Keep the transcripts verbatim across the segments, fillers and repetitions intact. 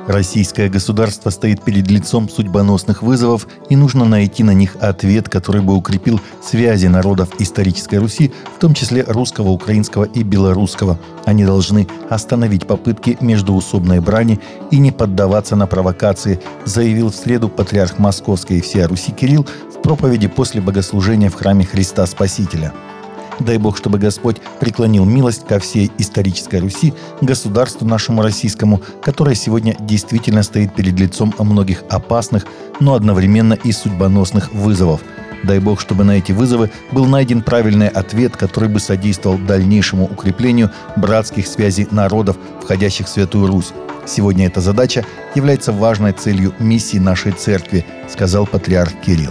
Российское государство стоит перед лицом судьбоносных вызовов, и нужно найти на них ответ, который бы укрепил связи народов исторической Руси, в том числе русского, украинского и белорусского. Они должны остановить попытки междоусобной брани и не поддаваться на провокации, заявил в среду патриарх Московской и всея Руси Кирилл в проповеди после богослужения в храме Христа Спасителя. Дай Бог, чтобы Господь преклонил милость ко всей исторической Руси, государству нашему российскому, которое сегодня действительно стоит перед лицом многих опасных, но одновременно и судьбоносных вызовов. Дай Бог, чтобы на эти вызовы был найден правильный ответ, который бы содействовал дальнейшему укреплению братских связей народов, входящих в Святую Русь. Сегодня эта задача является важной целью миссии нашей церкви, сказал патриарх Кирилл.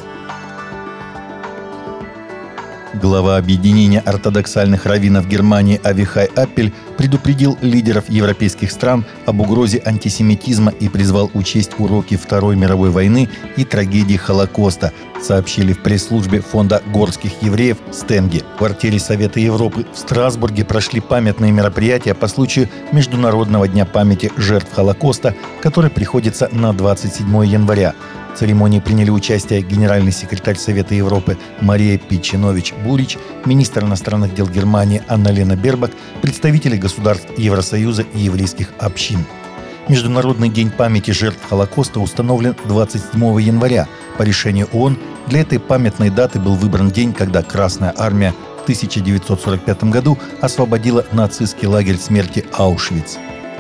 Глава объединения ортодоксальных раввинов Германии Авихай Аппель предупредил лидеров европейских стран об угрозе антисемитизма и призвал учесть уроки Второй мировой войны и трагедии Холокоста, сообщили в пресс-службе Фонда горских евреев «Стенги». В квартире Совета Европы в Страсбурге прошли памятные мероприятия по случаю Международного дня памяти жертв Холокоста, который приходится на двадцать седьмое января. В церемонии приняли участие генеральный секретарь Совета Европы Мария Пичинович-Бурич, министр иностранных дел Германии Анна-Лена Бербак, представители государств Евросоюза и еврейских общин. Международный день памяти жертв Холокоста установлен двадцать седьмого января. По решению ООН для этой памятной даты был выбран день, когда Красная армия в тысяча девятьсот сорок пятом году освободила нацистский лагерь смерти Аушвиц.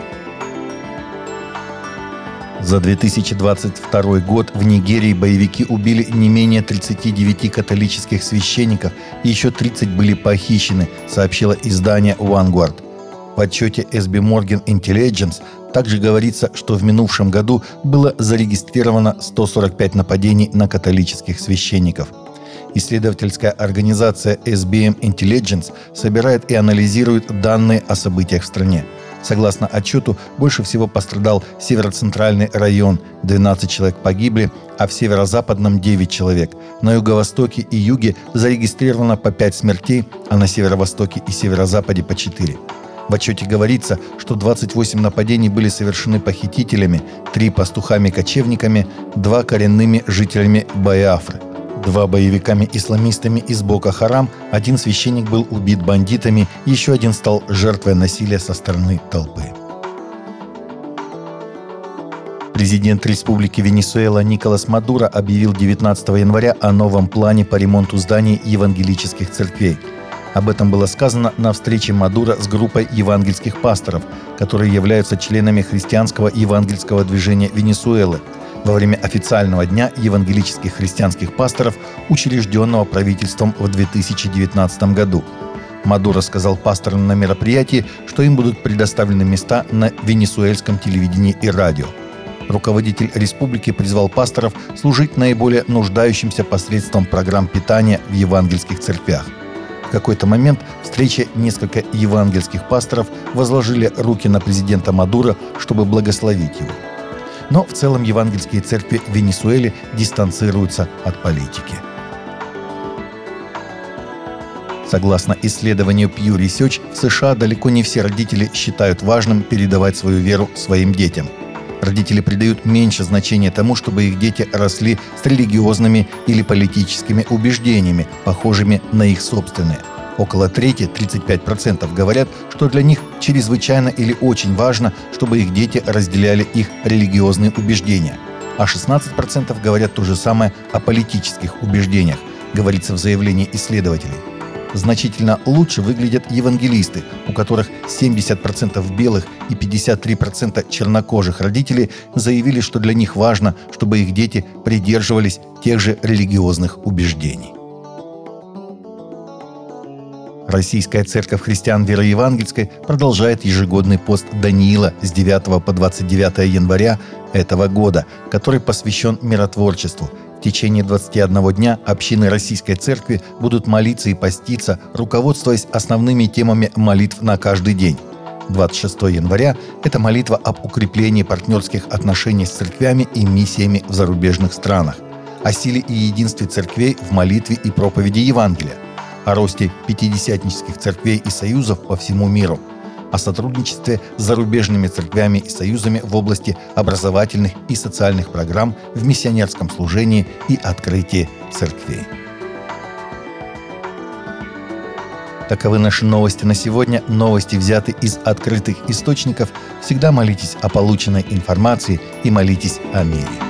За две тысячи двадцать второй год в Нигерии боевики убили не менее тридцати девяти католических священников, и еще тридцать были похищены, сообщило издание Vanguard. В отчете эс би Morgan Intelligence также говорится, что в минувшем году было зарегистрировано сто сорок пять нападений на католических священников. Исследовательская организация эс би эм Intelligence собирает и анализирует данные о событиях в стране. Согласно отчету, больше всего пострадал северо-центральный район – двенадцать человек погибли, а в северо-западном – девять человек. На юго-востоке и юге зарегистрировано по пять смертей, а на северо-востоке и северо-западе по четыре. В отчете говорится, что двадцать восемь нападений были совершены похитителями, три пастухами-кочевниками, два коренными жителями Биафры. Два боевиками-исламистами из Боко-Харам, один священник был убит бандитами, еще один стал жертвой насилия со стороны толпы. Президент Республики Венесуэла Николас Мадуро объявил девятнадцатого января о новом плане по ремонту зданий евангелических церквей. Об этом было сказано на встрече Мадуро с группой евангельских пасторов, которые являются членами христианского евангельского движения Венесуэлы, во время официального дня евангелических христианских пасторов, учрежденного правительством в две тысячи девятнадцатом году. Мадуро сказал пасторам на мероприятии, что им будут предоставлены места на венесуэльском телевидении и радио. Руководитель республики призвал пасторов служить наиболее нуждающимся посредством программ питания в евангельских церквях. В какой-то момент в встрече несколько евангельских пасторов возложили руки на президента Мадуро, чтобы благословить его. Но в целом евангельские церкви в Венесуэле дистанцируются от политики. Согласно исследованию Pew Research, в США далеко не все родители считают важным передавать свою веру своим детям. Родители придают меньше значения тому, чтобы их дети росли с религиозными или политическими убеждениями, похожими на их собственные. Около трети, тридцать пять процентов, говорят, что для них чрезвычайно или очень важно, чтобы их дети разделяли их религиозные убеждения. А шестнадцать процентов говорят то же самое о политических убеждениях, говорится в заявлении исследователей. Значительно лучше выглядят евангелисты, у которых семьдесят процентов белых и пятьдесят три процента чернокожих родителей заявили, что для них важно, чтобы их дети придерживались тех же религиозных убеждений. Российская церковь христиан веры евангельской продолжает ежегодный пост Даниила с девятого по двадцать девятое января этого года, который посвящен миротворчеству. В течение двадцати одного дня общины Российской церкви будут молиться и поститься, руководствуясь основными темами молитв на каждый день. двадцать шестого января – это молитва об укреплении партнерских отношений с церквями и миссиями в зарубежных странах, о силе и единстве церквей в молитве и проповеди Евангелия, о росте пятидесятнических церквей и союзов по всему миру, о сотрудничестве с зарубежными церквями и союзами в области образовательных и социальных программ в миссионерском служении и открытии церквей. Таковы наши новости на сегодня. Новости взяты из открытых источников. Всегда молитесь о полученной информации и молитесь о мире.